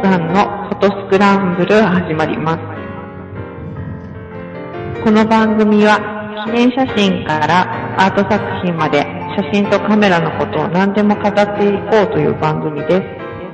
さんのフォトスクランブル始まります。この番組は記念写真からアート作品まで写真とカメラのことを何でも語っていこうという番組です。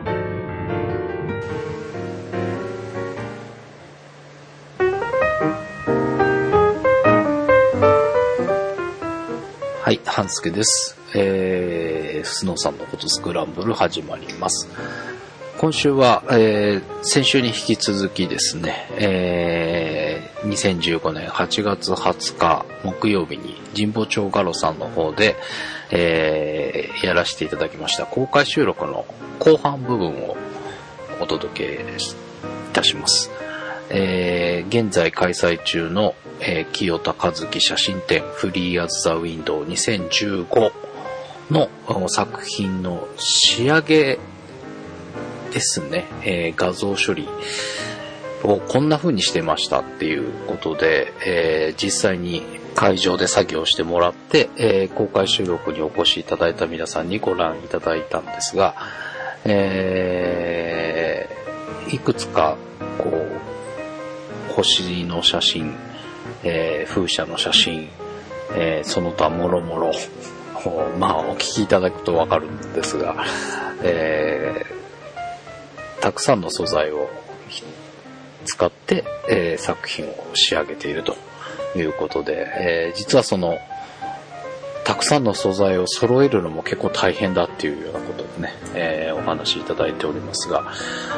はい、半助です。スノーさんのフォトスクランブル始まります。今週は、先週に引き続きですね、2015年8月20日木曜日に神保町ガロさんの方で、やらせていただきました公開収録の後半部分をお届けいたします。現在開催中の、清田和樹写真展フリーアズザウィンドウ2015の作品の仕上げですね、画像処理をこんな風にしてましたっていうことで、実際に会場で作業してもらって、公開収録にお越しいただいた皆さんにご覧いただいたんですが、いくつかこう星の写真、風車の写真、その他もろもろまあお聞きいただくとわかるんですが、たくさんの素材を使って、作品を仕上げているということで、実はそのたくさんの素材を揃えるのも結構大変だっていうようなことでね、お話しいただいておりますが、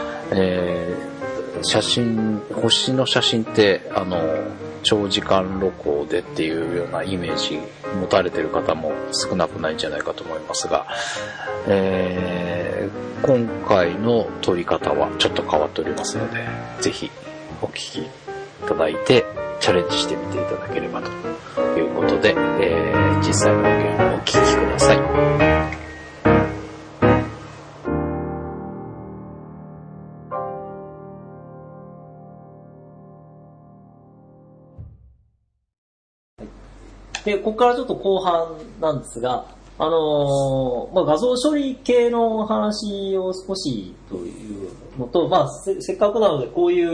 星の写真って長時間露光でっていうようなイメージ持たれている方も少なくないんじゃないかと思いますが、今回の撮り方はちょっと変わっておりますので、ぜひお聞きいただいてチャレンジしてみていただければということで、実際の音源をお聞きください。 で、ここからちょっと後半なんですが、画像処理系の話を少しというのと、せっかくなのでこういう、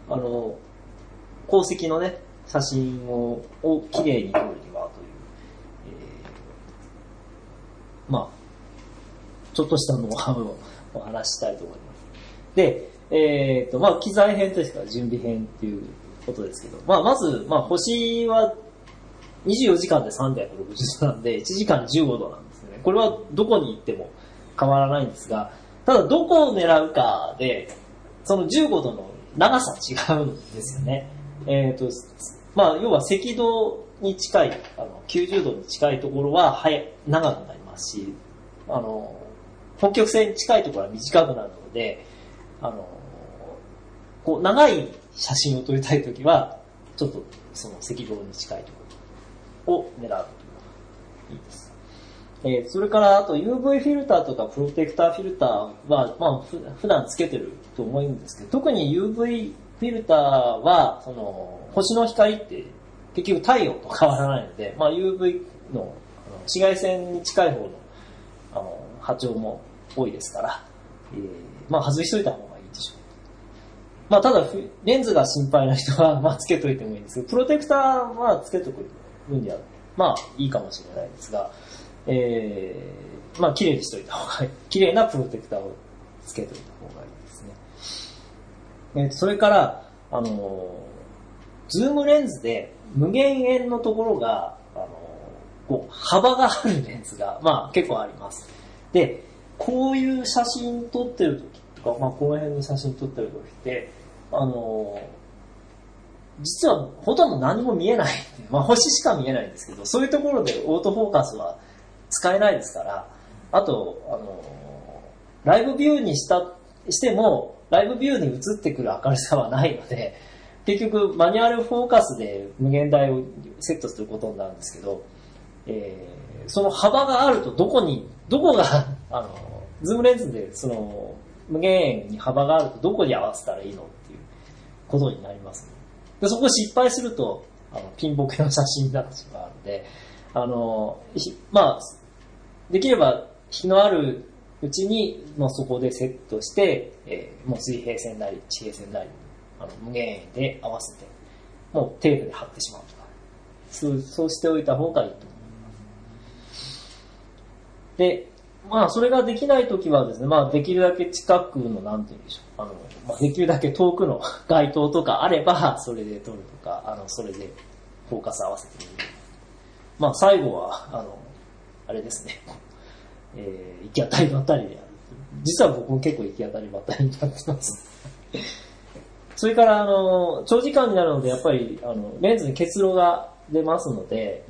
鉱石のね、写真をきれいに撮るにはという、ちょっとしたノウハウをお話ししたいと思います。で、機材編というか準備編っていうことですけど、まず、星は、24時間で360度なんで、1時間15度なんですね。これはどこに行っても変わらないんですが、ただどこを狙うかで、その15度の長さ違うんですよね。要は赤道に近い、90度に近いところは長くなりますし、北極星に近いところは短くなるので、こう長い写真を撮りたいときは、ちょっとその赤道に近いところを狙うというのがいいです。それからあと UV フィルターとかプロテクターフィルターは、普段つけてると思うんですけど、特に UV フィルターはその星の光って結局太陽と変わらないので、UV の紫外線に近い方の波長も多いですから、外しといた方がいいでしょう。ただレンズが心配な人はつけといてもいいんですけど、プロテクターはつけとく分にはいいかもしれないですが、綺麗にしといた方がいい。綺麗なプロテクターをつけといた方がいいですね。それから、ズームレンズで無限遠のところが、こう幅があるレンズが、結構あります。で、こういう写真撮ってる時とか、この辺の写真撮ってる時って、実はほとんど何も見えない。星しか見えないんですけど、そういうところでオートフォーカスは使えないですから、あと、ライブビューにしても、ライブビューに映ってくる明るさはないので、結局マニュアルフォーカスで無限大をセットすることになるんですけど、その幅があるとどこが、ズームレンズでその無限遠に幅があるとどこに合わせたらいいのっていうことになります。でそこ失敗するとピンボケの写真になってしまうので、できれば日のあるうちに、そこでセットして、もう水平線なり地平線なり、無限円で合わせて、もうテープで貼ってしまうとか、そうしておいた方がいいと思います。で、それができないときはですね、できるだけ近くの、なんて言うんでしょう、できるだけ遠くの街灯とかあれば、それで撮るとか、それでフォーカス合わせてみる。最後は、あれですね、行き当たりばったりでやる。実は僕も結構行き当たりばったりになってます。それから、長時間になるので、やっぱり、レンズに結露が出ますので、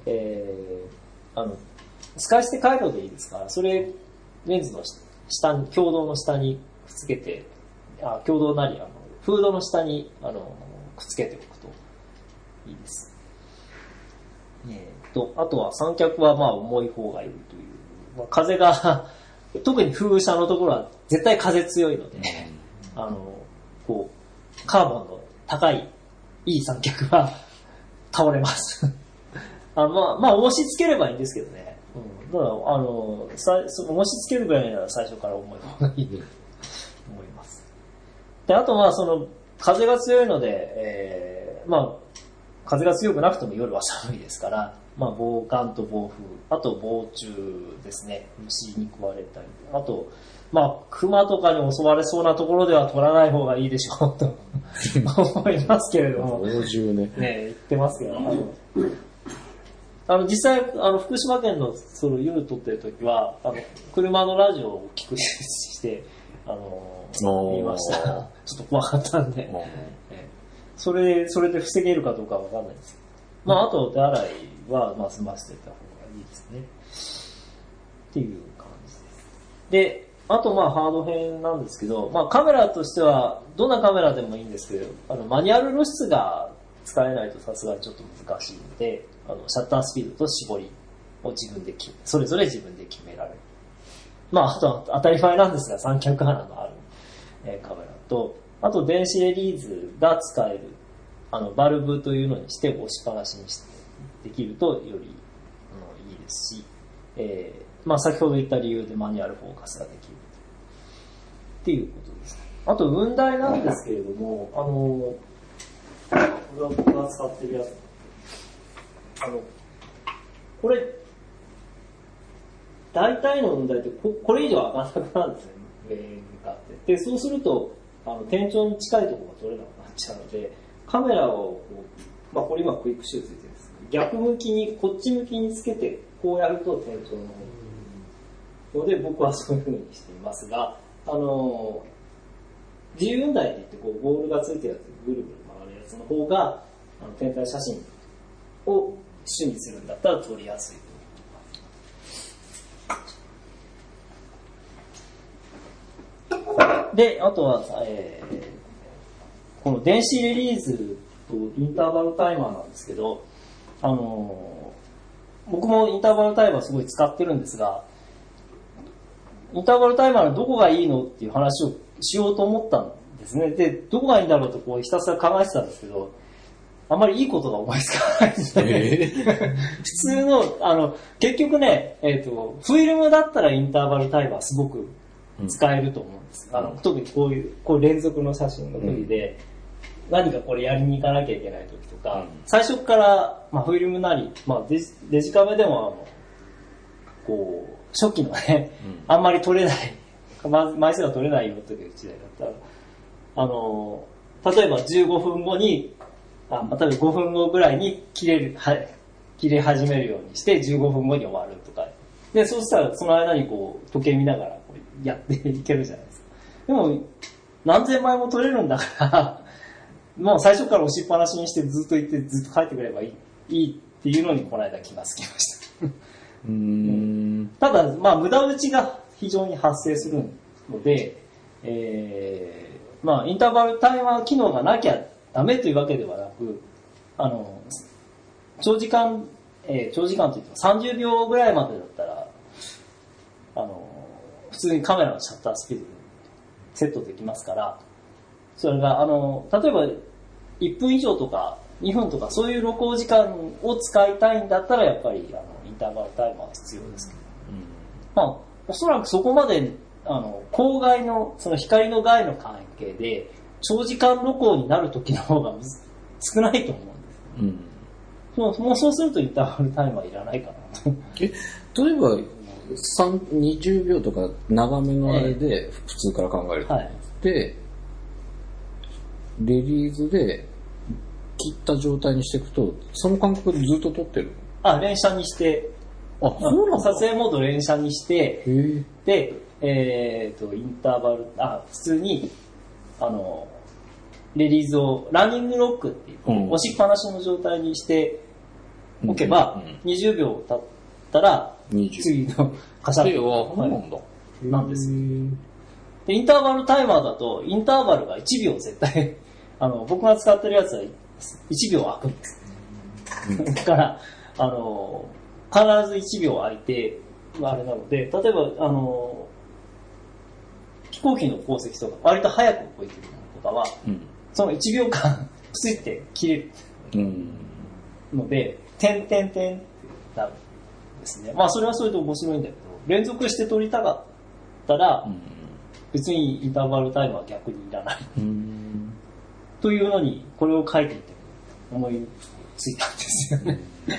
使い捨て回路でいいですから、それ、レンズの下に、鏡道の下にくっつけて、鏡道なり、フードの下に、くっつけておくといいです。あとは三脚は重い方がいいという。風が、特に風車のところは絶対風強いので、カーボンの高い、いい三脚は倒れます。重しつければいいんですけどね。だから、重しつけるぐらいなら最初から重い方がいいと思います。で、あと風が強いので、風が強くなくても夜は寒いですから、防寒と防風、あと防虫ですね。虫に食われたり。あと、熊とかに襲われそうなところでは取らない方がいいでしょうと思いますけれども。 防虫ね。 言ってますけど、実際、福島県の夜撮ってる時は、車のラジオを大きくして、言いました。ちょっと怖かったんで。それで防げるかどうかはわかんないですけど。あと、手洗いは、済ませてた方がいいですね。っていう感じです。で、あと、ハード編なんですけど、カメラとしては、どんなカメラでもいいんですけど、マニュアル露出が使えないとさすがにちょっと難しいので、シャッタースピードと絞りをそれぞれ自分で決められる。あとは当たり前なんですが、三脚花のある、カメラと、あと電子レリーズが使える、バルブというのにして押しっぱなしにしてできるとより、いいですし、先ほど言った理由でマニュアルフォーカスができるっていうことです。あと、雲台なんですけれども、これは僕が使ってるやつ。これ、大体の雲台ってこれ以上上がらなくなるんですね、上に向かって。で、そうすると、天井に近いところが取れなくなっちゃうので、カメラをこれ今クイックシューついてるんですけど、逆向きに、こっち向きにつけて、こうやると天井の方に。ので、僕はそういう風にしていますが、自由雲台って言ってボールがついてるやつ、ぐるぐる回るやつの方が、天体写真を趣味するんだったら撮りやすいと思います。で、あとは、この電子レリーズとインターバルタイマーなんですけど、僕もインターバルタイマーすごい使ってるんですが、インターバルタイマーのどこがいいのっていう話をしようと思ったんですね。で、どこがいいんだろうとひたすら考えてたんですけど、あまりいいことが思いつかないんですね。普通の、結局ね、フィルムだったらインターバルタイマーすごく使えると思うんです。特にこういう連続の写真の時で、何かこれやりに行かなきゃいけない時とか、最初から、フィルムなり、デジカメでも初期のね、あんまり撮れない、枚数が撮れないよっていう時代だったら、例えば15分後に、例えば5分後ぐらいに切れ始めるようにして15分後に終わるとか。で、そうしたらその間に時計見ながらやっていけるじゃないですか。でも、何千枚も撮れるんだから、もう最初から押しっぱなしにしてずっと行ってずっと帰ってくればいいっていうのにこの間気がつきました。ただ、無駄打ちが非常に発生するので、インターバルタイマー機能がなきゃダメというわけではなく、長時間といっても30秒ぐらいまでだったら、普通にカメラのシャッタースピードでセットできますから、それが、例えば1分以上とか2分とかそういう録音時間を使いたいんだったら、やっぱりインターバルタイマーは必要ですけど、おそらくそこまで光害の、その光の害の関係で、長時間露光になる時の方が少ないと思うんです。もうそうするとインターバルタイマーいらないかなと。 例えば、20秒とか長めのあれで、普通から考えると。で、レリーズで切った状態にしていくと、その感覚でずっと撮ってる？ 連写にして、 そうなんだ。 撮影モード連写にして、で、インターバル、普通に、レリーズをランニングロックっていう、押しっぱなしの状態にしておけば、20秒経ったら、次のカシャッとなんです。で、インターバルタイマーだと、インターバルが1秒絶対、僕が使ってるやつは1秒空くんです。だから、必ず1秒空いて、あれなので、例えば、飛行機の航跡とか、割と早く動いてるのとかは、その1秒間、プスって切れるので、点ってなるんですね。まあ、それはそれで面白いんだけど、連続して撮りたかったら、別にインターバルタイムは逆にいらない。というのに、これを書いていて思いついたんですよね。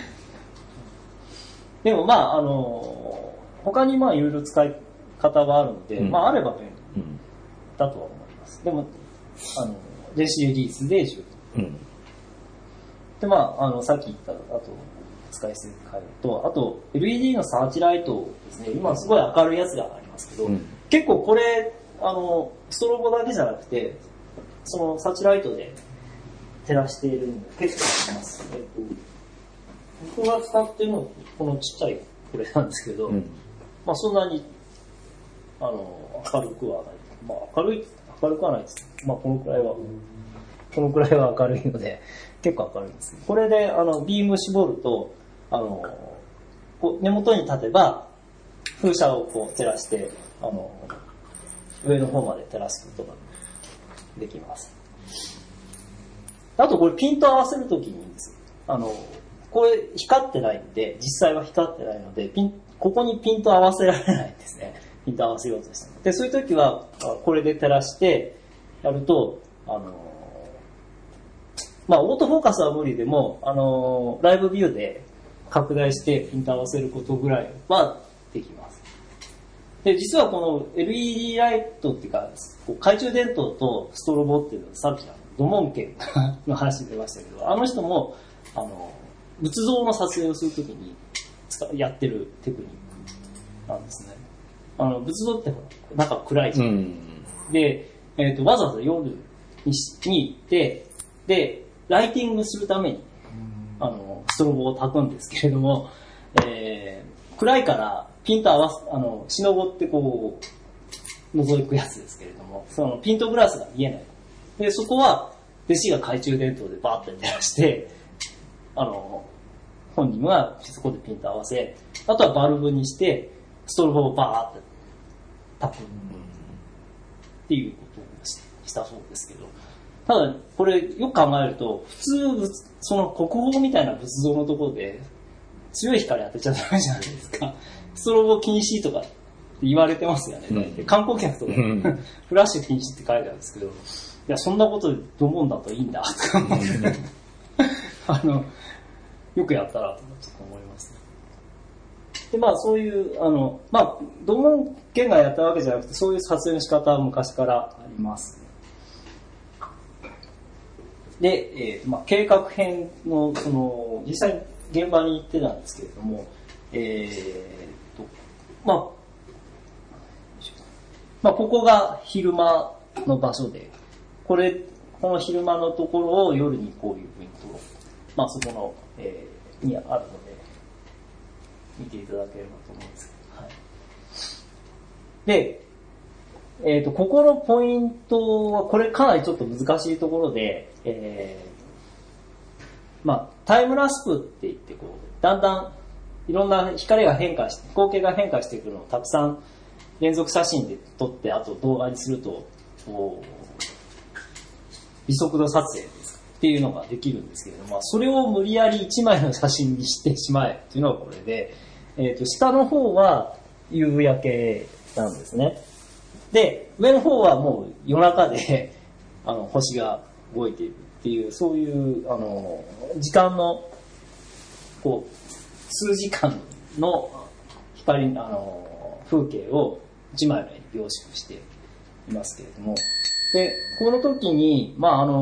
でもまあ、他にまあいろいろ使い方があるので、まああれば便利だとは思います。でも、電子リリースで十分。で、まあ、さっき言った、あと、使い捨て変えると、あと、LED のサーチライトですね、今すごい明るいやつがありますけど、結構これ、ストロボだけじゃなくて、そのサーチライトで照らしているのも結構あります。僕が使ってるのはこのちっちゃいこれなんですけど、まあそんなに明るくはない。まあ明るくはないです。まあこのくらいは明るいので結構明るいです。これでビーム絞るとこう根元に立てば風車をこう照らして上の方まで照らすことができます。あとこれピント合わせるときにいいんですよ。これ光ってないんで、実際は光ってないので、ここにピント合わせられないんですね。ピント合わせようとしても。で、そういうときは、これで照らしてやると、まあ、オートフォーカスは無理でも、ライブビューで拡大してピント合わせることぐらいはできます。で、実はこの LED ライトっていうか、懐中電灯とストロボっていうのはさっきドモンケの話出ましたけど、あの人も、仏像の撮影をするときにやってるテクニックなんですね。仏像ってほら、中暗いじゃん。で、わざわざ夜に行って、で、ライティングするために、ストロボを焚くんですけれども、暗いからピント合わす、シノボってこう、覗いくやつですけれども、そのピントグラスが見えない。で、そこは、弟子が懐中電灯でバーって照らして、本人はそこでピント合わせ、あとはバルブにして、ストロボをバーって焚くっていうことをしたそうですけど、ただこれよく考えると、普通、その国宝みたいな仏像のところで強い光当てちゃダメじゃないですか。ストロボ禁止とか言われてますよね。観光客とか、フラッシュ禁止って書いてあるんですけど、いや、そんなことでどもんだといいんだとか思ってよくやったなと思います。で、まあそういう、まあ、どの県がやったわけじゃなくて、そういう撮影の仕方は昔からあります。で、まあ計画編の、実際に現場に行ってたんですけれども、まあここが昼間の場所で、この昼間のところを夜にこういうふうに撮ろう。まあそこの、にあるので、見ていただければと思うんですけど、はい。で、ここのポイントは、これかなりちょっと難しいところで、まあタイムラスプって言ってこう、だんだんいろんな光が変化して、光景が変化していくのをたくさん連続写真で撮って、あと動画にすると、微速度撮影っていうのができるんですけれども、それを無理やり1枚の写真にしてしまえっていうのがこれで、下の方は夕焼けなんですね。 で、上の方はもう夜中で、星が動いているっていう、そういう、時間の、こう、数時間の光、風景を一枚の絵に凝縮していますけれども、で、この時に、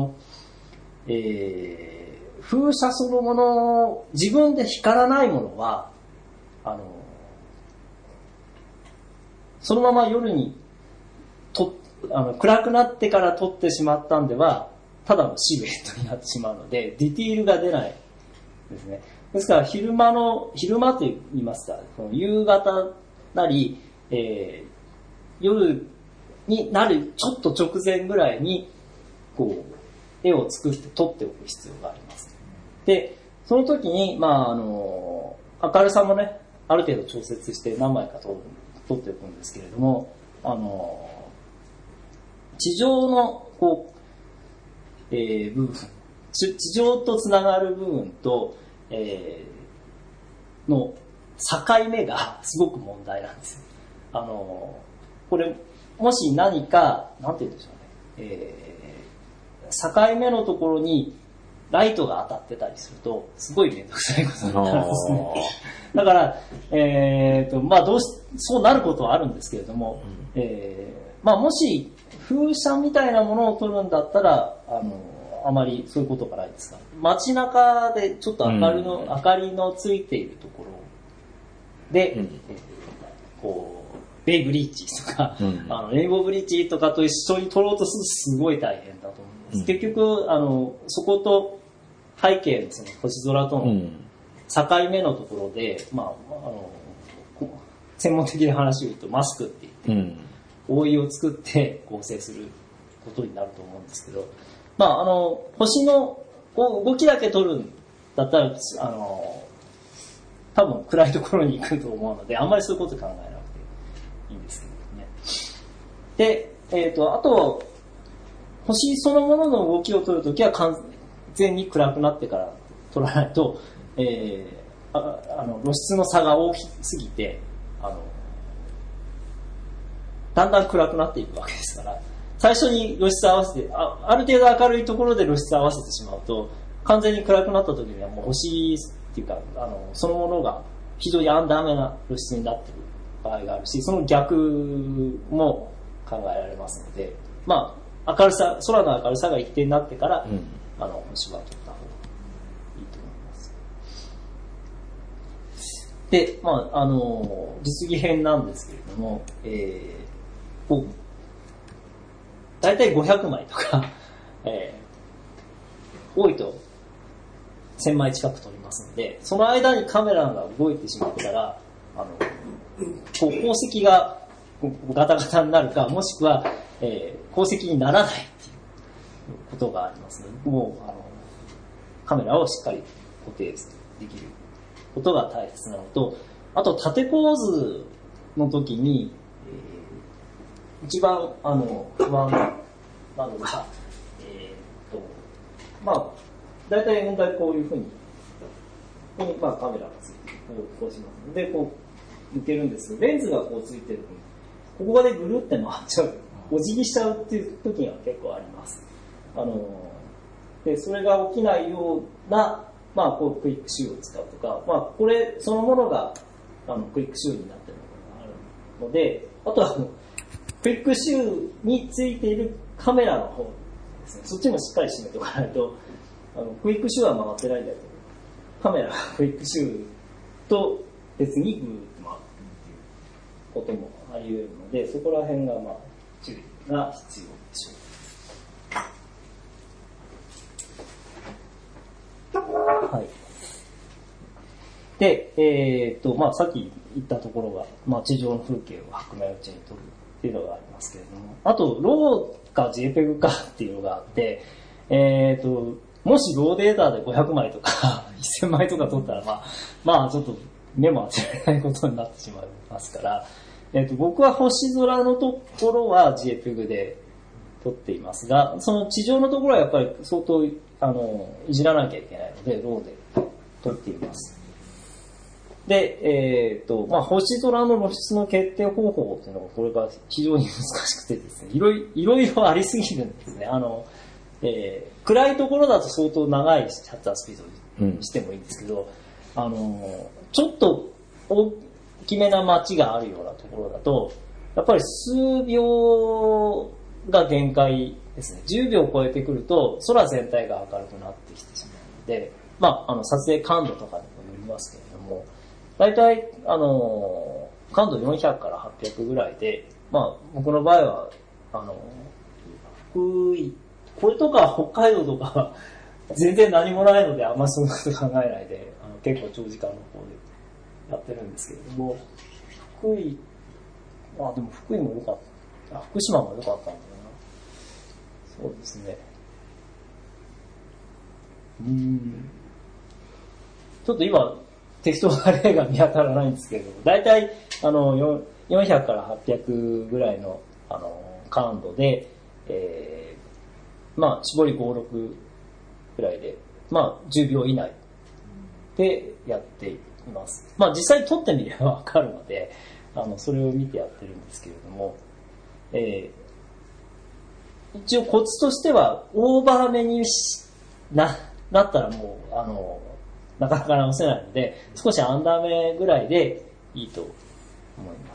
風車そのもの、自分で光らないものは、そのまま夜に暗くなってから撮ってしまったんでは、ただのシルエットになってしまうので、ディティールが出ないですね。ですから、昼間と言いますか、この夕方なり、夜になるちょっと直前ぐらいに、こう、絵を作って撮っておく必要があります。で、その時に、明るさもね、ある程度調節して何枚か撮っておくんですけれども、地上の、こう、部分、地上とつながる部分と、の境目がすごく問題なんですよ。これ、もし何か、なんて言うんでしょうね、境目のところにライトが当たってたりすると、すごいめんどくさいことになるんですね。だから、そうなることはあるんですけれども、もし、風車みたいなものを撮るんだったら、あまりそういうことがないですが、街中でちょっと明かりのついているところで、こう、ベイブリッジとか、レインボーブリッジとかと一緒に撮ろうとするとすごい大変だと思います。結局、そこと背景のその星空との境目のところで、専門的な話を言うとマスクって言って、覆いを作って合成することになると思うんですけど、星の動きだけ撮るんだったら、多分暗いところに行くと思うので、あんまりそういうこと考えなくていいんですけどね。で、あと、星そのものの動きを撮るときは完全に暗くなってから撮らないと、露出の差が大きすぎて、だんだん暗くなっていくわけですから、最初に露出合わせて、ある程度明るいところで露出合わせてしまうと、完全に暗くなった時にはもう星っていうか、そのものが非常にダメな露出になっている場合があるし、その逆も考えられますので、明るさ、空の明るさが一定になってから、星は撮った方がいいと思います。で、実技編なんですけれども、だいたい500枚とか、多いと1000枚近く撮りますので、その間にカメラが動いてしまったら、宝石がガタガタになるか、もしくは、宝石にならないっていうことがありますので、もうカメラをしっかり固定できることが大切なのと、あと縦構図の時に、一番不安なのが、だいたい問題こういうふうに、ここにカメラがついて、こうしますので、こう抜けるんですけど、レンズがこうついてる分、ここでぐるって回っちゃう、お辞儀しちゃうっていう時が結構あります。で、それが起きないような、こうクイックシューを使うとか、これそのものがクイックシューになっているものがあるので、あとはクイックシューについているカメラの方ですね、そっちもしっかり閉めておかないと、クイックシューは回ってないんだけど、カメラがクイックシューと別にぐーっと回ってるっていうこともあり得るので、そこら辺が注意が必要でしょう。はい。で、さっき言ったところが、地上の風景を白明うちに撮るっていうのがありますけれども、あと、ローか JPEG かっていうのがあって、もしローデータで500枚とか1000枚とか撮ったら、ちょっと目も当てられないことになってしまいますから、僕は星空のところは JPEG で撮っていますが、その地上のところはやっぱり相当いじらなきゃいけないので、ローで撮っています。 で、星空の露出の決定方法っていうのがこれが非常に難しくてですね、いろいろありすぎるんですね。暗いところだと相当長いシャッタースピードにしてもいいんですけど、ちょっと大きめな街があるようなところだと、やっぱり数秒が限界ですね。10秒を超えてくると空全体が明るくなってきてしまうので、撮影感度とかにもよりますけれども、大体、感度400から800ぐらいで、僕の場合は、これとか北海道とか全然何もないのであんまそんなこと考えないで、結構長時間の方でやってるんですけれども、でも福井も良かった。福島も良かったんだよな。そうですね。ちょっと今、適当な例が見当たらないんですけれども、だいたい400から800ぐらいの感度で、絞り5、6ぐらいで、10秒以内でやっています。実際撮ってみればわかるので、それを見てやってるんですけれども、一応コツとしては、オーバーめになったらもう、なかなか直せないので、少しアンダーめぐらいでいいと思います。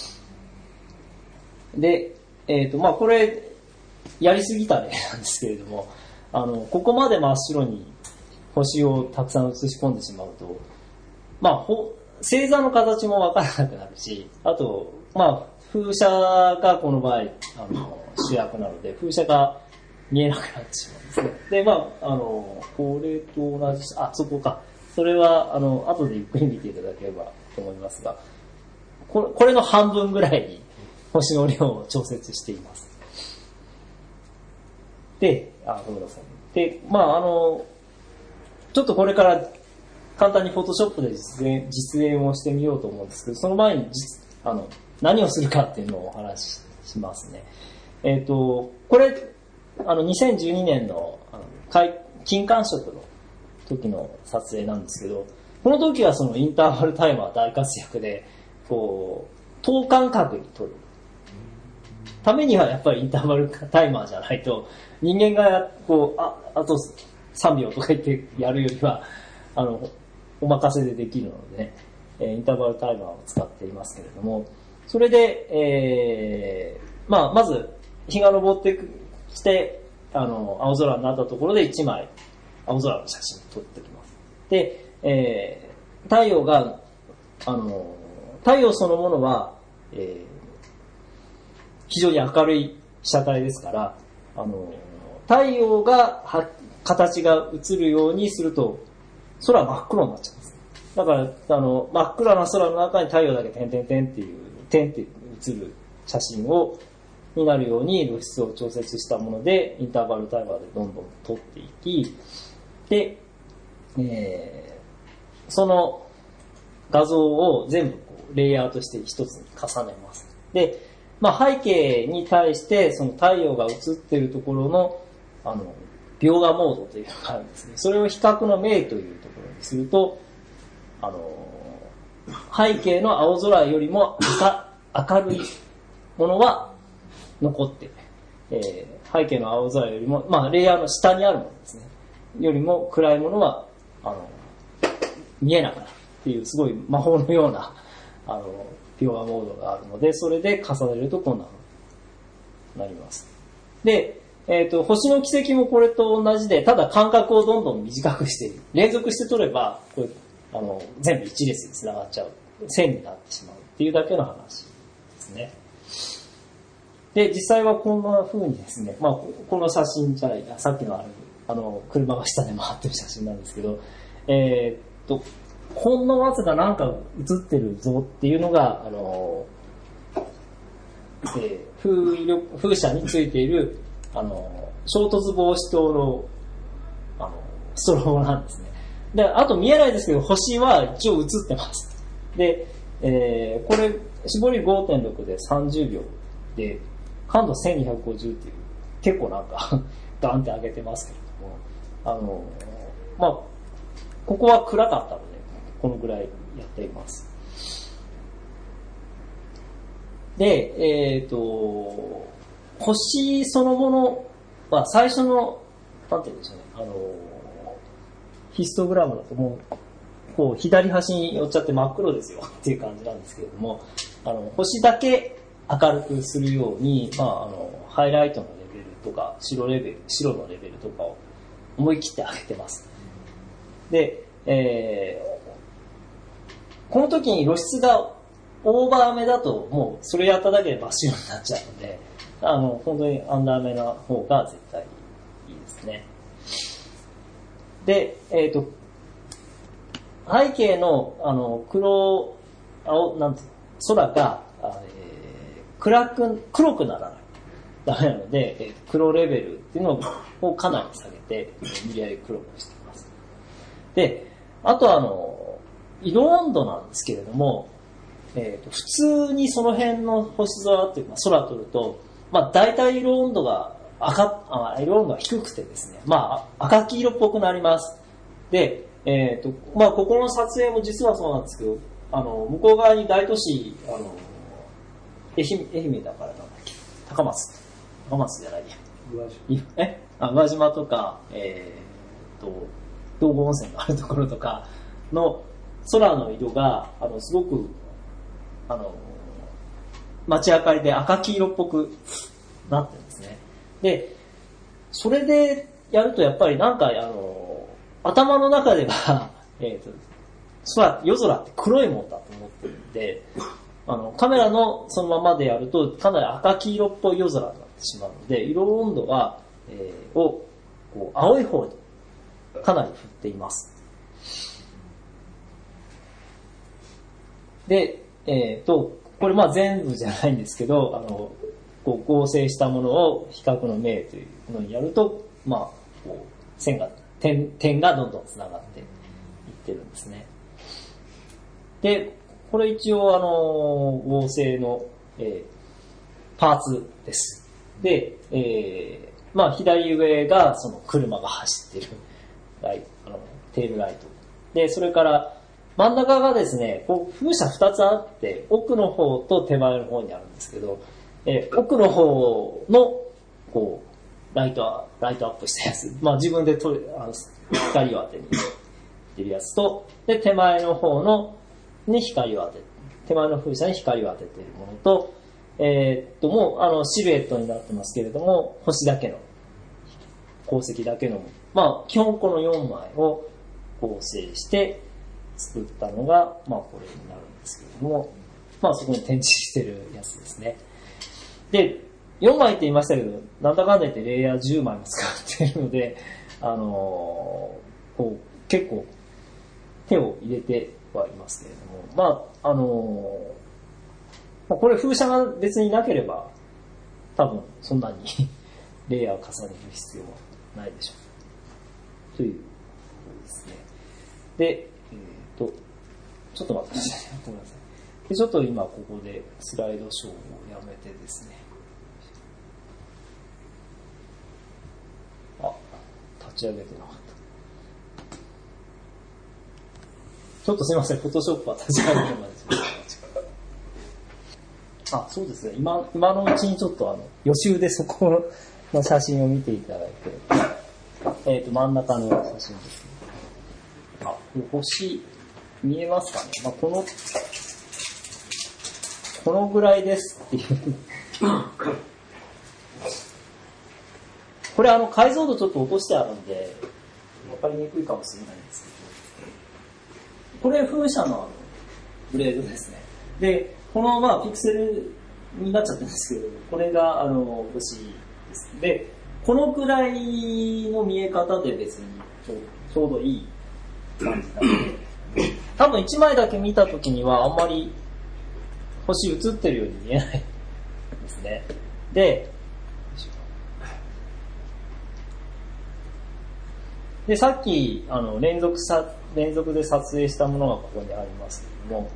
で、これ、やりすぎた例なんですけれども、ここまで真っ白に星をたくさん映し込んでしまうと、星座の形もわからなくなるし、あと、風車がこの場合、主役なので、風車が見えなくなってしまうんですね。で、これと同じ、そこか。それは、後でゆっくり見ていただければと思いますが、これの半分ぐらいに星の量を調節しています。で、ごめんなさい。で、ちょっとこれから簡単にフォトショップで実演をしてみようと思うんですけど、その前に何をするかっていうのをお話ししますね。これ、2012年の金環食の時の撮影なんですけど、この時はそのインターバルタイマー大活躍で、等間隔に撮るためにはやっぱりインターバルタイマーじゃないと、人間があと3秒とか言ってやるよりは、お任せでできるのでね、インターバルタイマーを使っていますけれども、それで、まず日が昇ってきて、青空になったところで1枚青空の写真を撮ってきます。で、太陽そのものは、非常に明るい被写体ですから、太陽が形が映るようにすると空真っ黒になっちゃうんです。だから真っ暗な空の中に太陽だけ点って映る写真になるように露出を調節したものでインターバルタイマーでどんどん撮っていき、で、その画像を全部レイヤーとして一つに重ねます。で、背景に対してその太陽が映っているところの描画モードというのがあるんですね。それを比較の明というところにすると、背景の青空よりも明るいものは残って、背景の青空よりも、レイヤーの下にあるものですね。よりも暗いものは見えなくなるっていうすごい魔法のような描画モードがあるので、それで重ねるとこんなになります。で、星の軌跡もこれと同じで、ただ間隔をどんどん短くして、連続して撮れば、これ全部一列に繋がっちゃう。線になってしまうっていうだけの話ですね。で、実際はこんな風にですね、この写真じゃない、さっきの車が下で回ってる写真なんですけど、ほんのわずかなんか写ってる像っていうのが、風車についている、衝突防止灯の、ストロボなんですね。で、あと見えないですけど、星は一応映ってます。で、これ、絞り 5.6 で30秒で、感度1250っていう、結構なんか、ガンって上げてますけれども、ここは暗かったので、このぐらいやっています。で、星そのものは最初の、なんて言うんでしょうね、ヒストグラムだともう、こう左端に寄っちゃって真っ黒ですよっていう感じなんですけれども、星だけ明るくするように、ハイライトのレベルとか白のレベルとかを思い切って上げてます。で、この時に露出がオーバー目だともうそれやっただけで真っ白になっちゃうので、本当にアンダー目な方が絶対いいですね。で、背景のなんて空が、黒くならない。ダメなので、黒レベルっていうのをかなり下げて、無理やり黒くしています。で、あと色温度なんですけれども、普通にその辺の星空っていうか、空撮ると、大体色温度が低くてですね、赤黄色っぽくなります。で、ここの撮影も実はそうなんですけど、向こう側に大都市、愛媛だからなんだっけ、高松じゃないや。宇和島とか、道後温泉があるところとかの空の色が、すごく、街明かりで赤黄色っぽくなってるんですね。で、それでやるとやっぱりなんか、頭の中では、夜空って黒いもんだと思ってるんで、カメラのそのままでやるとかなり赤黄色っぽい夜空になってしまうので、色温度は、こう青い方にかなり振っています。で、これ全部じゃないんですけど、こう合成したものを比較の明というのにやると、こう線が点がどんどん繋がっていってるんですね。で、これ一応合成の、パーツです。で、左上がその車が走ってるテールライト。で、それから真ん中がですね、こう風車2つあって、奥の方と手前の方にあるんですけど、奥の方のこうライトアップしたやつ、自分で光を当てにしてるやつと、で手前の方のに光を当て、手前の風車に光を当てているものと、もうシルエットになってますけれども、星だけの光石だけの、基本この4枚を合成して作ったのがこれになるんですけれども、そこに展示してるやつですね。で、4枚って言いましたけど、なんだかんだ言ってレイヤー10枚も使っているので、こう結構手を入れてはいますけれども、これ風車が別になければ、多分そんなにレイヤーを重ねる必要はないでしょう。ということですね。で、ちょっと待ってください。ごめんなさい。で、ちょっと今ここでスライドショーをやめてですね。立ち上げてなかった。ちょっとすいません。フォトショップは立ち上げるまでそうですね。今のうちにちょっと予習でそこの写真を見ていただいて、真ん中の写真ですね。星、見えますかね。このぐらいですっていう。これ解像度ちょっと落としてあるんで、わかりにくいかもしれないんですけど、これ風車のブレードですね。で、このピクセルになっちゃってるんですけど、これが星です。で、このぐらいの見え方で別にちょうどいい感じなので、多分1枚だけ見たときにはあんまり星映ってるように見えないですね。で、さっき連続で撮影したものがここにありますけども、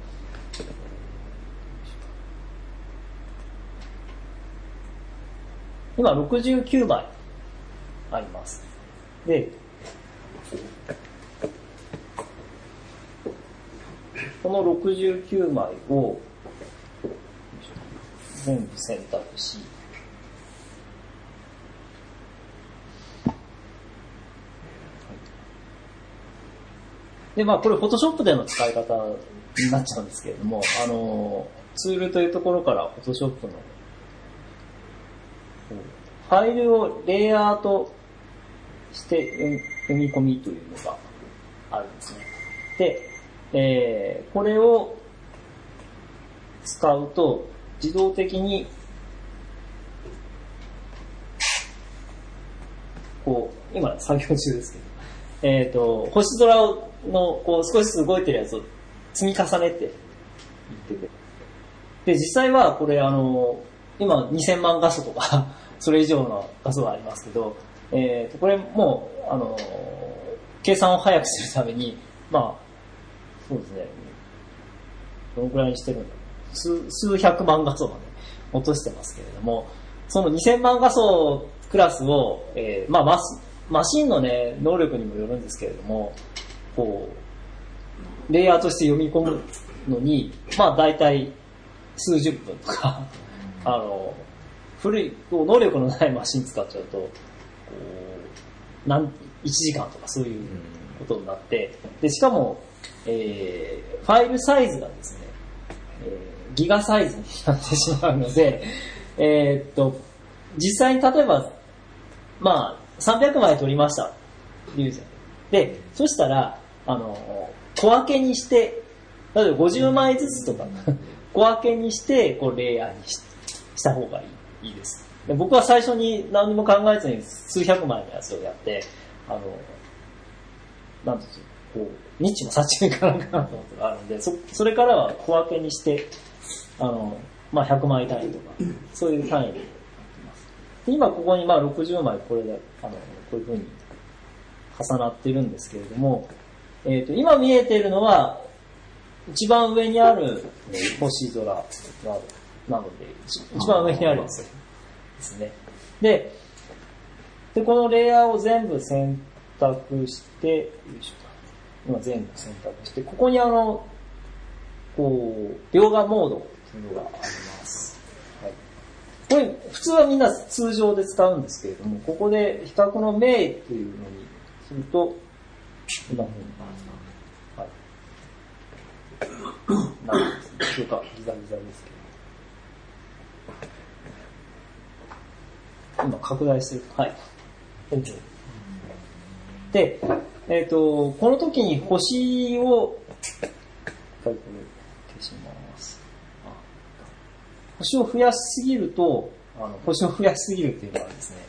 今69枚あります。で、 この69枚を全部選択し、で、まあこれ Photoshop での使い方になっちゃうんですけれども、ツールというところから Photoshop のファイルをレイアウトして読み込みというのがあるんですね。で、これを使うと自動的にこう今作業中ですけど、星空のこう少しずつ動いてるやつを積み重ねていってて、で実際はこれ今2000万画素とかそれ以上の画素がありますけど、これも計算を早くするためにまあそうですね、どのくらいにしてるんだろう、数百万画素まで落としてますけれども、その2000万画素クラスを、まあマシンのね能力にもよるんですけれども、こうレイヤーとして読み込むのにまあ大体数十分とか古い能力のないマシン使っちゃうと1時間とかそういうことになって、でしかも、ファイルサイズがですね、ギガサイズになってしまうので、実際に例えばまあ300枚取りましたっていうじゃん。でそしたら小分けにして、例えば50枚ずつとか小分けにしてこうレイヤーにした方がいいです。で僕は最初に何も考えずに数百枚のやつをやって、なんていうこうニッチもサッチもいかなくなったことがあるので、それからは小分けにしてまあ100枚単位とかそういう単位でやってます。で今ここにまあ60枚これでこういう風に重なってるんですけれども、今見えているのは一番上にある星空なので一番上にあるやつですね。でこのレイヤーを全部選択して、よいしょ、今全部選択して、ここにこう描画モードというのがあります。はい、これ普通はみんな通常で使うんですけれども、ここで比較の明というのにするとこんな風になるんですね。というかギザギザですけど、今拡大してる。はい。で、この時に星をこれ消します。星を増やしすぎると星を増やしすぎるっていうのはですね、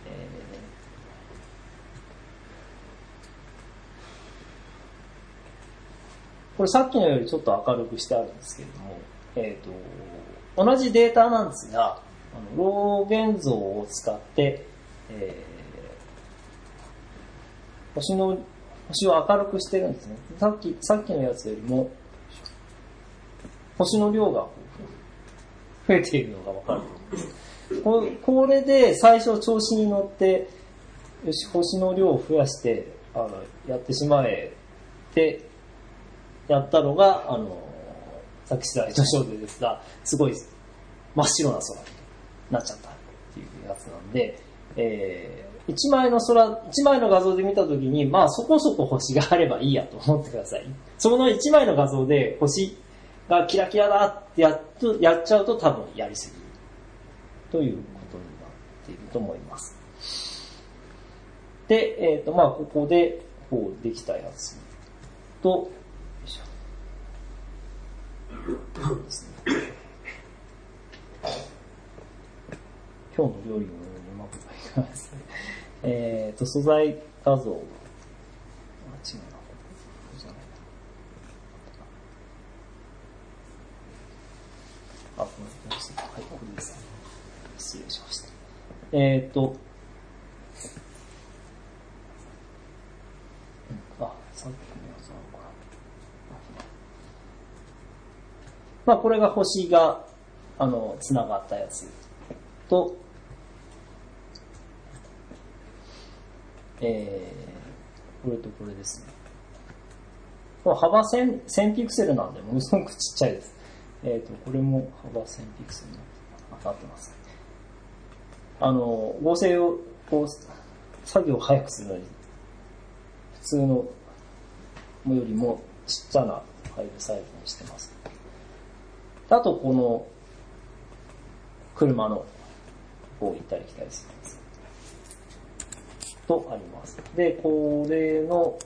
これさっきのよりちょっと明るくしてあるんですけれども、同じデータなんですが、ロー現像を使って、星を明るくしてるんですね。さっきのやつよりも星の量が増えているのがわかると思います。これで最初調子に乗ってよし星の量を増やしてやってしまえってやったのがさっきスライドショーでですが、すごい真っ白な空になっちゃったっていうやつなんで、1枚の画像で見たときに、まあそこそこ星があればいいやと思ってください。その1枚の画像で星がキラキラだってやっちゃうと多分やりすぎるということになっていると思います。で、まあここでこうできたやつと、そうですね。今日の料理のようにうまくいかないですね。素材画像。違うな。これです。はい、これです。失礼しました。さっきのやつはこれ。まあ、これが星が、つながったやつと、これとこれですね。 これ幅1000ピクセルなんでものすごくちっちゃいです。これも幅1000ピクセルになってます。合成をこう作業を早くするのに普通のよりもちっちゃなファイルサイズにしてます。あとこの車のこう行ったり来たりするんですとあります。でこれの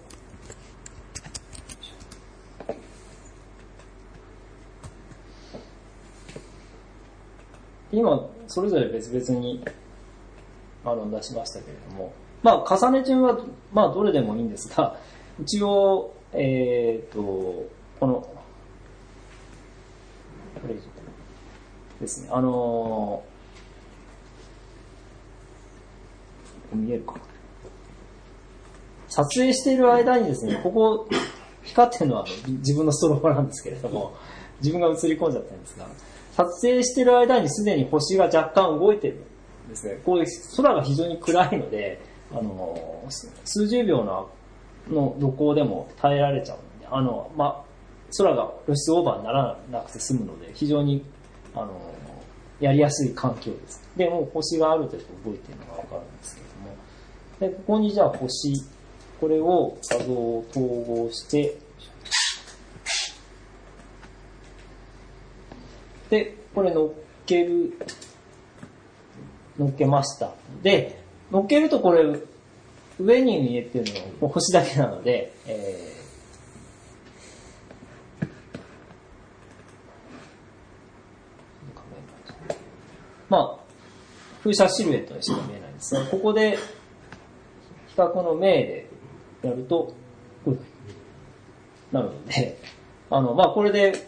今それぞれ別々に出しましたけれども、まあ重ね順はまあどれでもいいんですが、一応このこれですね、見えるかな。撮影している間にですね、ここ光ってるのは自分のストロボなんですけれども、自分が映り込んじゃったんですが、撮影している間にすでに星が若干動いてるんですね。こういう空が非常に暗いので、数十秒の露光でも耐えられちゃうんで、空が露出オーバーにならなくて済むので、非常にやりやすい環境です。で、もう星がある程度動いているのがわかるんですけれども、で、ここにじゃあ星、これを画像を統合して、で、これ乗っけました。で、乗っけるとこれ、上に見えてるのは星だけなので、まあ、風車シルエットにしか見えないんですが、ここで比較の明でやると、なるので、まあ、これで、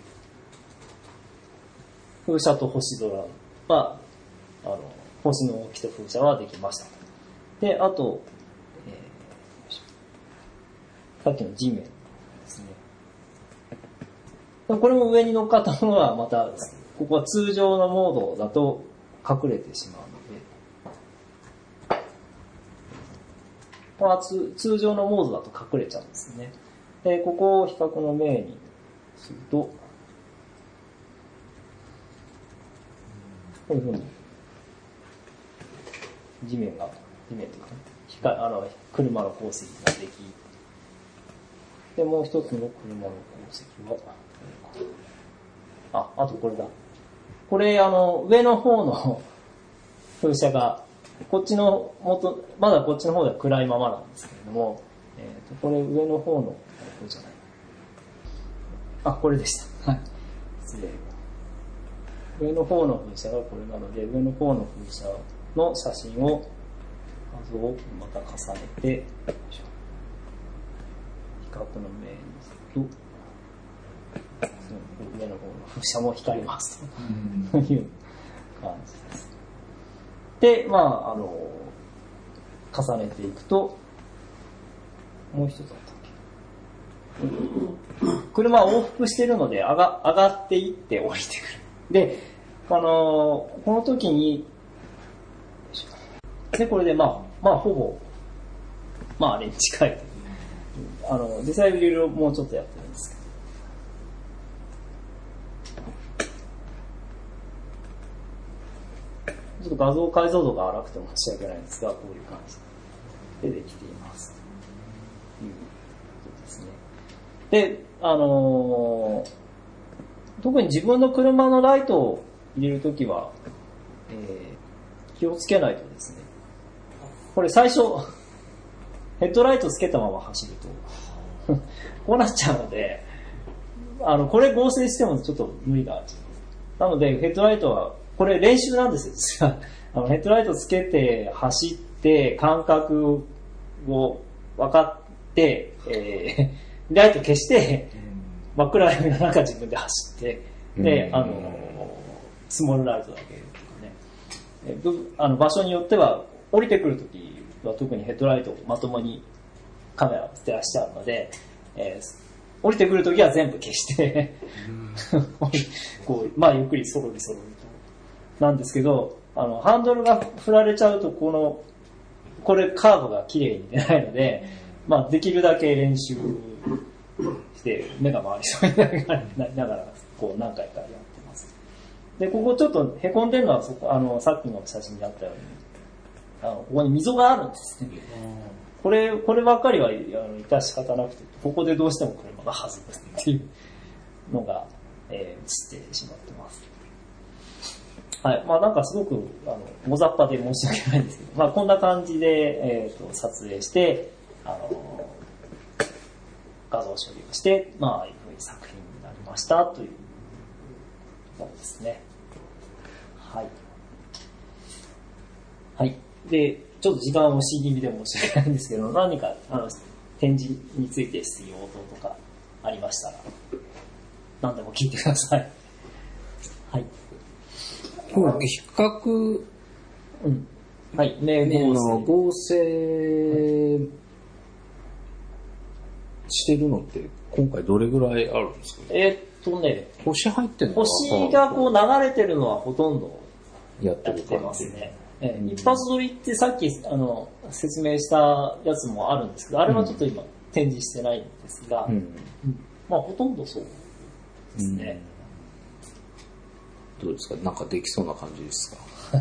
風車と星空は、星の大きさと風車はできました。で、あと、さっきの地面ですね。これも上に乗っかったものはまた、ここは通常のモードだと隠れてしまうので、通常のモードだと隠れちゃうんですね。で、ここを比較の明にすると、こういうふうに、地面というか、車の鉱石ができ、で、もう一つの車の鉱石は、あとこれだ。これ、上の方の風車が、こっちのまだこっちの方では暗いままなんですけれども、これ上の方の、これじゃない。これでした。はい。失礼。上の方の風車がこれなので、上の方の風車の写真を、画像をまた重ねて、比較の面にすると、上の方の風車も光りますという感じです。で、まあ、重ねていくと、もう一つあったっけ。車は往復しているので上がっていって降りてくる。で、この時に、で、これでまあ、ほぼ、まあ、あれに近い。実際いろいろもうちょっとやってるんですけど。ちょっと画像解像度が荒くて申し訳ないんですが、こういう感じでできています。ということですね。で、特に自分の車のライトを入れるときは、気をつけないとですね、これ最初、ヘッドライトつけたまま走ると、こうなっちゃうので、これ合成してもちょっと無理がある。なので、ヘッドライトは、これ練習なんですよ。ヘッドライトつけて走って、感覚を分かって、ライト消して、真っ暗闇の中自分で走って、で、スモールライトだけとかね。場所によっては、降りてくるときは特にヘッドライトをまともにカメラを照らしちゃうので、降りてくるときは全部消してこう、まあゆっくりそろりそろりと。なんですけど、ハンドルが振られちゃうと、これカーブが綺麗に出ないので、まあできるだけ練習して、目が回りそうになりながら、こう何回かやってます。で、ここちょっと凹んでるのは、さっきの写真にあったように、ここに溝があるんですね。こればっかりは致し方なくて、ここでどうしても車が弾むっていうのが、映ってしまってます。はい。まあなんかすごく、大雑把で申し訳ないんですけど、まあこんな感じで、撮影して、画像処理をして、まあ、いうふうに作品になりましたというものですね。はい。はい。で、ちょっと時間を押し気味で申し訳ないんですけど、何か、展示について質疑応答とかありましたら、何でも聞いてください。はい。 比較、 うん。はい。 合成してるのって今回どれぐらいあるんですか？ 星入ってるの？ 星がこう流れてるのはほとんどやってますね。一発撮りってさっき説明したやつもあるんですけど、あれはちょっと今展示してないんですが、まあほとんどそうですね。 どうですか？なんかできそうな感じですか？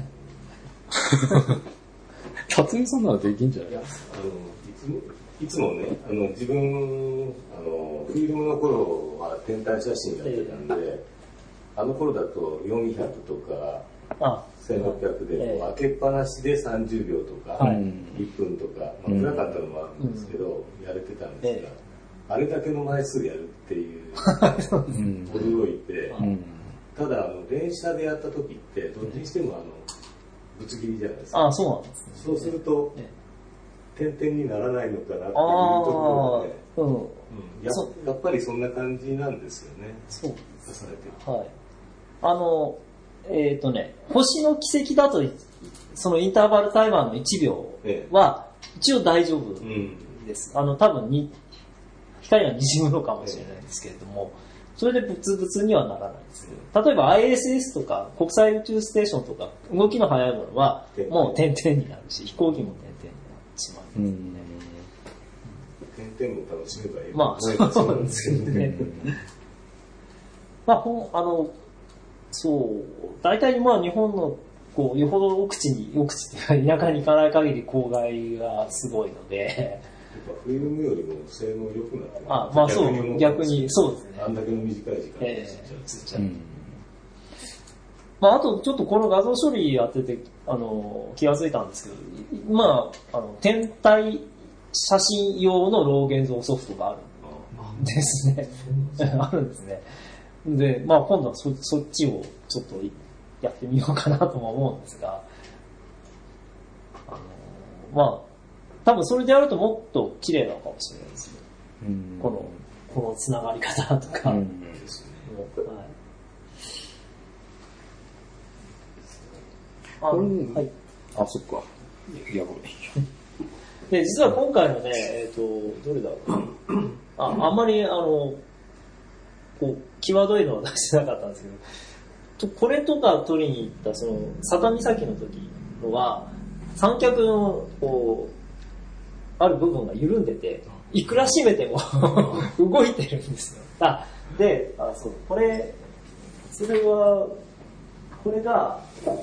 辰巳さんならできんじゃないですか？ いつもね、自分、フィルムの頃は天体写真やってたんで、あの頃だと400とか、1600で、開けっぱなしで30秒とか、1分とか、暗かったのもあるんですけど、やれてたんですが、あれだけの枚数やるっていう、驚いて、ただ、連写でやった時って、どっちにしてもぶつ切りじゃないですか。 そうなんですね。 そうすると、点々にならないのかなっていうところで、やっぱりそんな感じなんですよね。 そう出されてる。 はい。星の軌跡だと、そのインターバルタイマーの1秒は、一応大丈夫です。多分光が滲むのかもしれないですけれども、それでブツブツにはならないですけど、例えば ISS とか国際宇宙ステーションとか動きの速いものはもう点々になるし、飛行機も点々になってしまうんですね。 点々も楽しめばいい。 まあ、そうなんですけどね。まあ、そう、大体まあ日本のこう、よほど奥地っていうか田舎に行かない限り郊外がすごいので、 フィルムよりも性能良くなってる。 まあそう、逆に、そうですね。 あんだけの短い時間でつっちゃう。まああとちょっとこの画像処理やってて、気がついたんですけど、まあ、天体写真用のロー現像ソフトがあるんですね。あるんですね。で、まあ今度はそっちをちょっとやってみようかなとも思うんですが、まあ、多分それでやるともっと綺麗なのかもしれないですね。このつながり方とか。はい。 はい。あ、そっか。いや、ごめん。 で、実は今回のね、どれだろう。あんまり、こう、際どいのは出してなかったんですけど、これとか撮りに行った、その、佐田岬の時のは、三脚の、こう、ある部分が緩んでて、いくら締めても動いてるんですよ。そう、これが、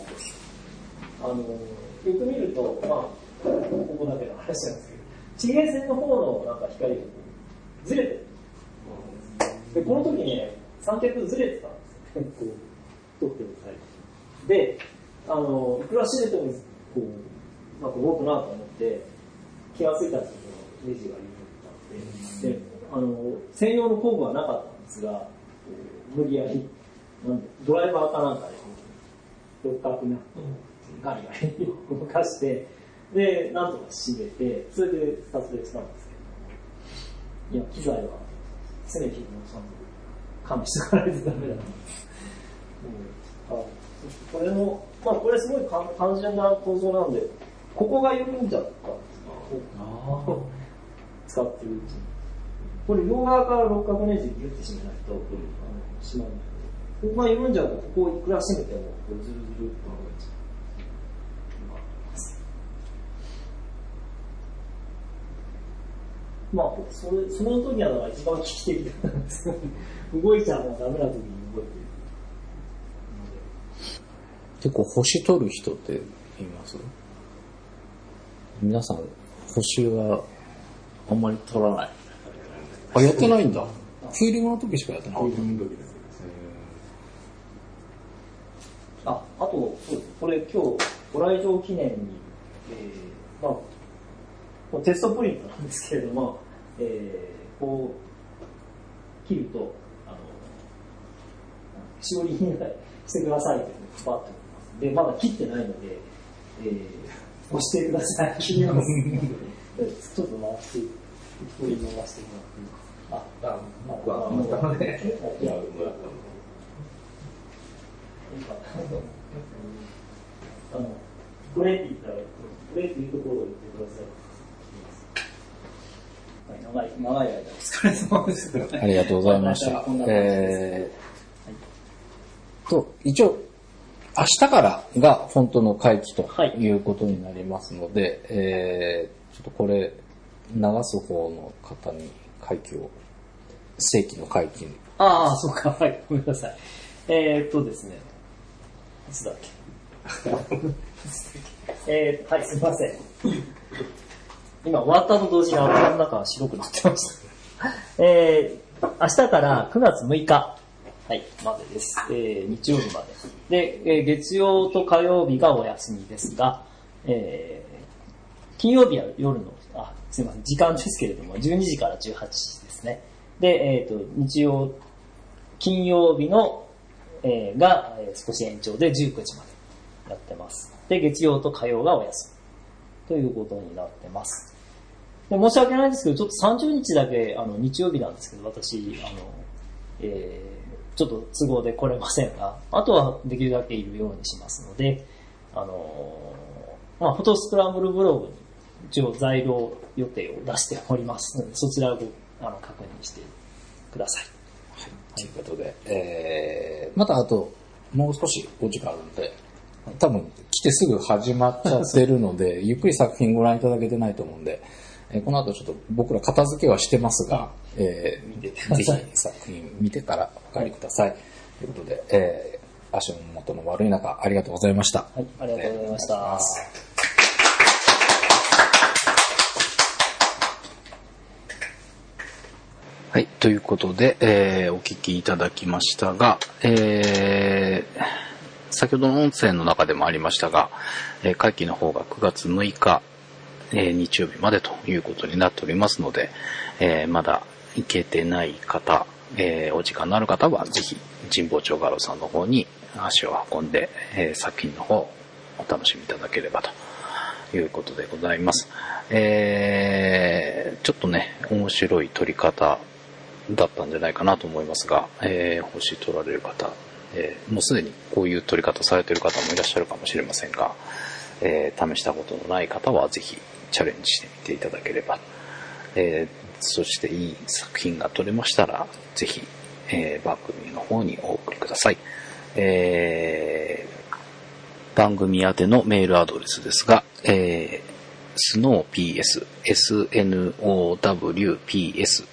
よく見ると、まあ、ここだけの話なんですけど、地平線の方のなんか光がずれてる。で、この時にね、三脚ずれてたんですよ。こう、撮ってる際。で、いくら締めても、こう、なんか動くなと思って、気がついたんですけど、ネジが緩んでたんで、専用の工具はなかったんですが、無理やり、ドライバーかなんかで、六角な、ガリガリ動かして、で、なんとか締めて、それで撮影したんですけど、いや、機材は、常日頃ちゃんと管理しておかないとダメだな。これの、まあこれすごい単純な構造なんで、ここが緩んじゃったんですよ。使ってるうちに。これ両側から六角ネジギュッて締めないと、締まらない。ここが緩んじゃうと、ここをいくら締めても、これズルズルってなっちゃう。 まあ、その時はだから一番危機的なんですよ。動いちゃもうダメな時に動いてる。 結構星取る人っています？皆さん、星はあんまり取らない。あ、やってないんだ。フィーリングの時しかやってない。フィーリングの時ですね。 あと、そうです。これ今日、ご来場記念に、まあ、テストプリントなんですけれども、こう、切ると、しおりにしてくださいというのを配っております。で、まだ切ってないので、押してください。切ります。ちょっと回して、一人回してもらっていいですか。僕はもらったので。いや、もらったので。これって言ったら、これっていうところを言ってください。長い間お疲れ様です。 ありがとうございました。一応、明日からが本当の会期ということになりますので、ちょっとこれ、流す方の方に会期を、正規の会期に。 ああ、そうか、はい、ごめんなさい。ですね、いつだっけ。はい、すみません。今終わったと同時に頭の中が白くなってました。明日から9月6日、はい、までです。日曜日まで。で、月曜と火曜日がお休みですが、金曜日は夜の、すみません、時間ですけれども、12時から18時ですね。で、金曜日の、が、少し延長で19時までやってます。で、月曜と火曜がお休み。ということになってます。で、申し訳ないんですけど、ちょっと30日だけ、日曜日なんですけど、私、ちょっと都合で来れませんが、あとはできるだけいるようにしますので、フォトスクランブルブログに一応材料予定を出しておりますので、そちらを確認してください。 はい。ということで、またあと、もう少しお時間あるので、多分来てすぐ始まっちゃってるので、ゆっくり作品ご覧いただけてないと思うんで、この後ちょっと僕ら片付けはしてますが、ぜひ作品見てからお帰りください。ということで、足元の悪い中、ありがとうございました。 はい、ありがとうございました。 はい、ということで、お聞きいただきましたが、先ほどの音声の中でもありましたが、会期の方が9月6日、日曜日までということになっておりますので、まだ行けてない方、お時間のある方はぜひ神保町画廊さんの方に足を運んで、作品の方をお楽しみいただければということでございます。ちょっとね、面白い撮り方だったんじゃないかなと思いますが、星取られる方、もうすでにこういう撮り方されている方もいらっしゃるかもしれませんが、試したことのない方はぜひチャレンジしてみていただければ、そしていい作品が撮れましたらぜひ、番組の方にお送りください。番組宛てのメールアドレスですが、snowps snowps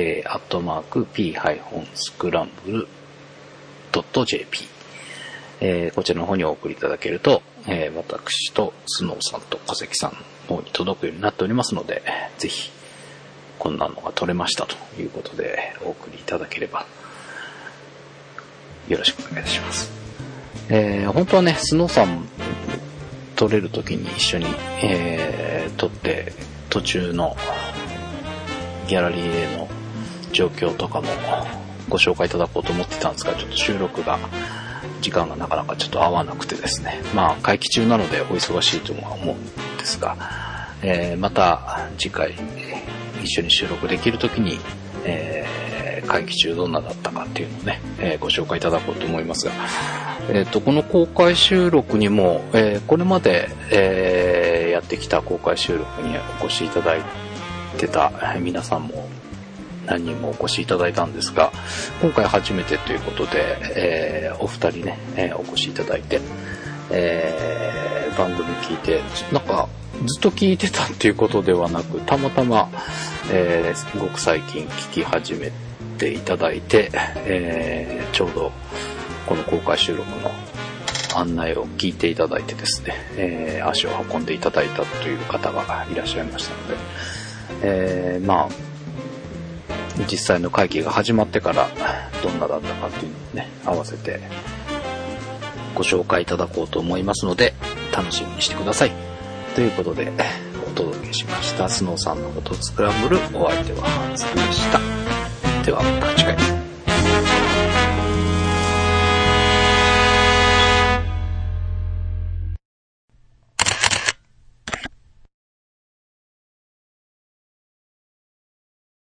@p-scramble.jp、こちらの方にお送りいただけると、私とスノーさんと小関さんの方に届くようになっておりますので、ぜひこんなのが撮れましたということでお送りいただければよろしくお願いいたします。本当はね、スノーさん撮れる時に一緒に、撮って途中のギャラリーへの状況とかもご紹介いただこうと思ってたんですが、ちょっと収録が時間がなかなかちょっと合わなくてですね、まあ会期中なのでお忙しいとは思うんですが、また次回一緒に収録できるときに、会期中どんなだったかっていうのをね、ご紹介いただこうと思いますが、この公開収録にも、これまで、やってきた公開収録にお越しいただいてた皆さんも何人もお越しいただいたんですが、今回初めてということで、お二人ね、お越しいただいて、番組聞いて、なんかずっと聞いてたっていうことではなく、たまたま、 ごく最近聞き始めていただいて、ちょうどこの公開収録の案内を聞いていただいてですね、足を運んでいただいたという方がいらっしゃいましたので、まあ実際の会期が始まってからどんなだったかっていうのをね、合わせてご紹介いただこうと思いますので、楽しみにしてください。ということでお届けしましたスノーさんのフォトスクランブル、お相手はハンズでした。ではまた次回。